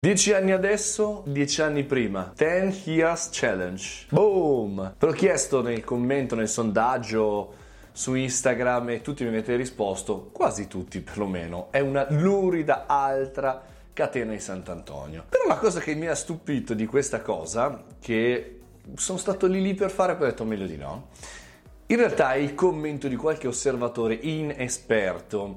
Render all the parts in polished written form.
10 anni adesso, 10 anni prima. 10 Years Challenge. Boom! Ve l'ho chiesto nel commento, nel sondaggio su Instagram e tutti mi avete risposto, quasi tutti perlomeno, è una lurida altra catena di Sant'Antonio. Però la cosa che mi ha stupito di questa cosa, che sono stato lì per fare, poi ho detto meglio di no, in realtà è il commento di qualche osservatore inesperto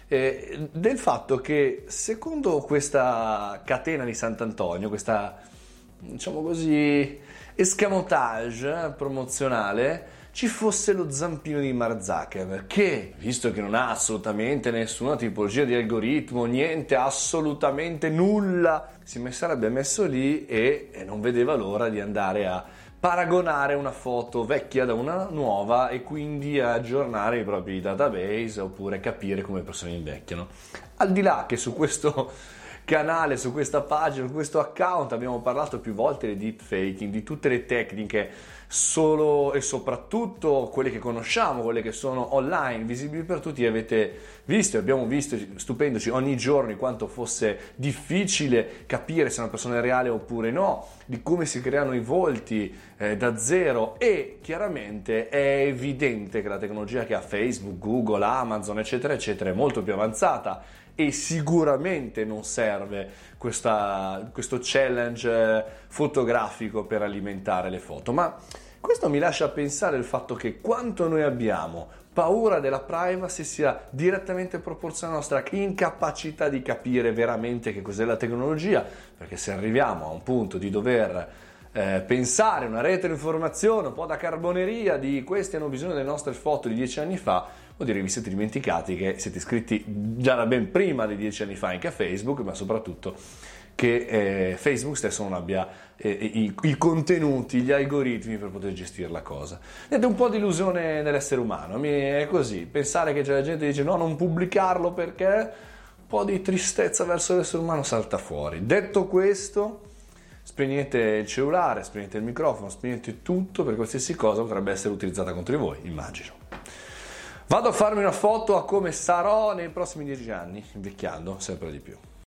del fatto che secondo questa catena di Sant'Antonio, questa, diciamo così, escamotage promozionale, ci fosse lo zampino di Mark Zuckerberg che, visto che non ha assolutamente nessuna tipologia di algoritmo, niente, assolutamente nulla, si sarebbe messo lì e non vedeva l'ora di andare a paragonare una foto vecchia da una nuova e quindi aggiornare i propri database oppure capire come le persone invecchiano. Al di là che su questo canale, su questa pagina, su questo account abbiamo parlato più volte di deepfaking, di tutte le tecniche, solo e soprattutto quelle che conosciamo, quelle che sono online, visibili per tutti. Avete visto e abbiamo visto, stupendoci ogni giorno, quanto fosse difficile capire se una persona è reale oppure no, di come si creano i volti da zero, e chiaramente è evidente che la tecnologia che ha Facebook, Google, Amazon, eccetera, eccetera, è molto più avanzata e sicuramente non serve questo challenge fotografico per alimentare le foto. Ma questo mi lascia pensare il fatto che quanto noi abbiamo paura della privacy sia direttamente proporzionale alla nostra incapacità di capire veramente che cos'è la tecnologia, perché se arriviamo a un punto di dover pensare una rete di informazione un po' da carboneria di questi hanno bisogno delle nostre foto di 10 anni fa, vuol dire che vi siete dimenticati che siete iscritti già da ben prima di 10 anni fa anche a Facebook, ma soprattutto che Facebook stesso non abbia i contenuti, gli algoritmi per poter gestire la cosa. Niente, un po' di illusione nell'essere umano, è così, pensare che c'è la gente che dice no, non pubblicarlo perché un po' di tristezza verso l'essere umano salta fuori. Detto questo, spegnete il cellulare, spegnete il microfono, spegnete tutto, per qualsiasi cosa potrebbe essere utilizzata contro di voi, immagino. Vado a farmi una foto a come sarò nei prossimi 10 anni, invecchiando sempre di più.